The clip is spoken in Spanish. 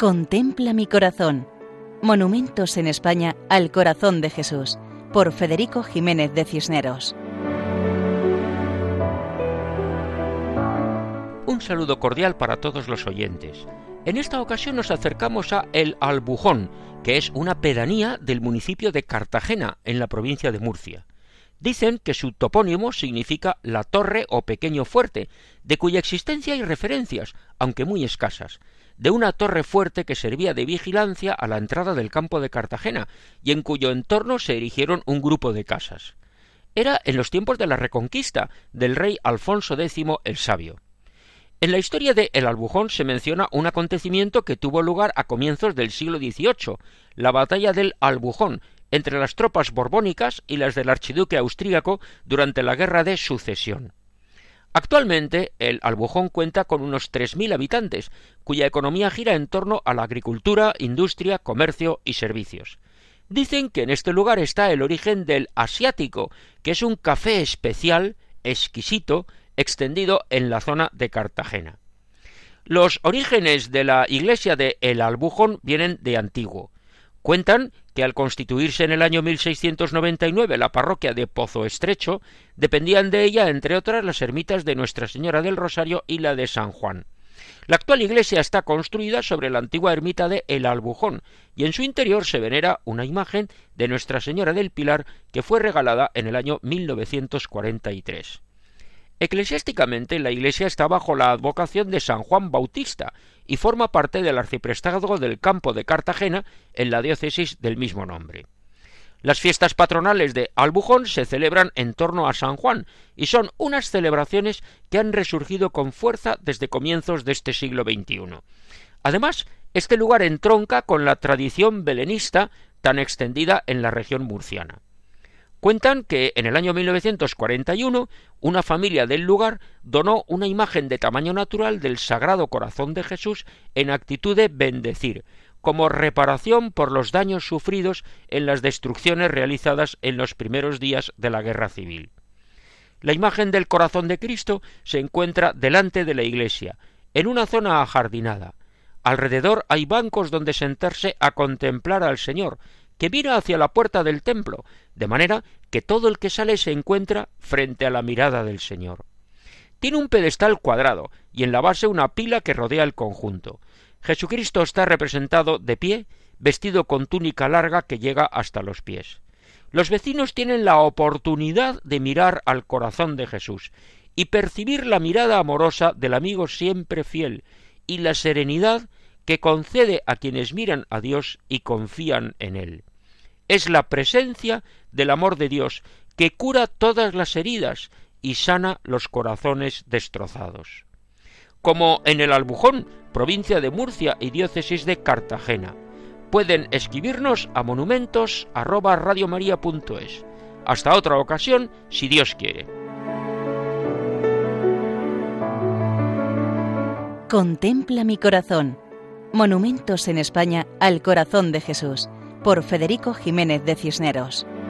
Contempla mi corazón. Monumentos en España al corazón de Jesús, por Federico Jiménez de Cisneros. Un saludo cordial para todos los oyentes. En esta ocasión nos acercamos a El Albujón, que es una pedanía del municipio de Cartagena, en la provincia de Murcia. Dicen que su topónimo significa la torre o pequeño fuerte, de cuya existencia hay referencias, aunque muy escasas, de una torre fuerte que servía de vigilancia a la entrada del campo de Cartagena y en cuyo entorno se erigieron un grupo de casas. Era en los tiempos de la Reconquista del rey Alfonso X el Sabio. En la historia de El Albujón se menciona un acontecimiento que tuvo lugar a comienzos del siglo XVIII, la batalla del Albujón, entre las tropas borbónicas y las del archiduque austríaco durante la Guerra de Sucesión. Actualmente, El Albujón cuenta con unos 3.000 habitantes, cuya economía gira en torno a la agricultura, industria, comercio y servicios. Dicen que en este lugar está el origen del Asiático, que es un café especial, exquisito, extendido en la zona de Cartagena. Los orígenes de la iglesia de El Albujón vienen de antiguo. Cuentan que al constituirse en el año 1699 la parroquia de Pozo Estrecho, dependían de ella, entre otras, las ermitas de Nuestra Señora del Rosario y la de San Juan. La actual iglesia está construida sobre la antigua ermita de El Albujón, y en su interior se venera una imagen de Nuestra Señora del Pilar que fue regalada en el año 1943. Eclesiásticamente, la iglesia está bajo la advocación de San Juan Bautista y forma parte del arciprestazgo del Campo de Cartagena en la diócesis del mismo nombre. Las fiestas patronales de Albujón se celebran en torno a San Juan y son unas celebraciones que han resurgido con fuerza desde comienzos de este siglo XXI. Además, este lugar entronca con la tradición belenista tan extendida en la región murciana. Cuentan que en el año 1941 una familia del lugar donó una imagen de tamaño natural del Sagrado Corazón de Jesús en actitud de bendecir, como reparación por los daños sufridos en las destrucciones realizadas en los primeros días de la Guerra Civil. La imagen del Corazón de Cristo se encuentra delante de la iglesia, en una zona ajardinada. Alrededor hay bancos donde sentarse a contemplar al Señor, que mira hacia la puerta del templo, de manera que todo el que sale se encuentra frente a la mirada del Señor. Tiene un pedestal cuadrado y en la base una pila que rodea el conjunto. Jesucristo está representado de pie, vestido con túnica larga que llega hasta los pies. Los vecinos tienen la oportunidad de mirar al corazón de Jesús y percibir la mirada amorosa del amigo siempre fiel y la serenidad que concede a quienes miran a Dios y confían en Él. Es la presencia del amor de Dios que cura todas las heridas y sana los corazones destrozados. Como en El Albujón, provincia de Murcia y diócesis de Cartagena. Pueden escribirnos a monumentos@radiomaria.es. Hasta otra ocasión, si Dios quiere. Contempla mi corazón. Monumentos en España al corazón de Jesús, por Federico Jiménez de Cisneros.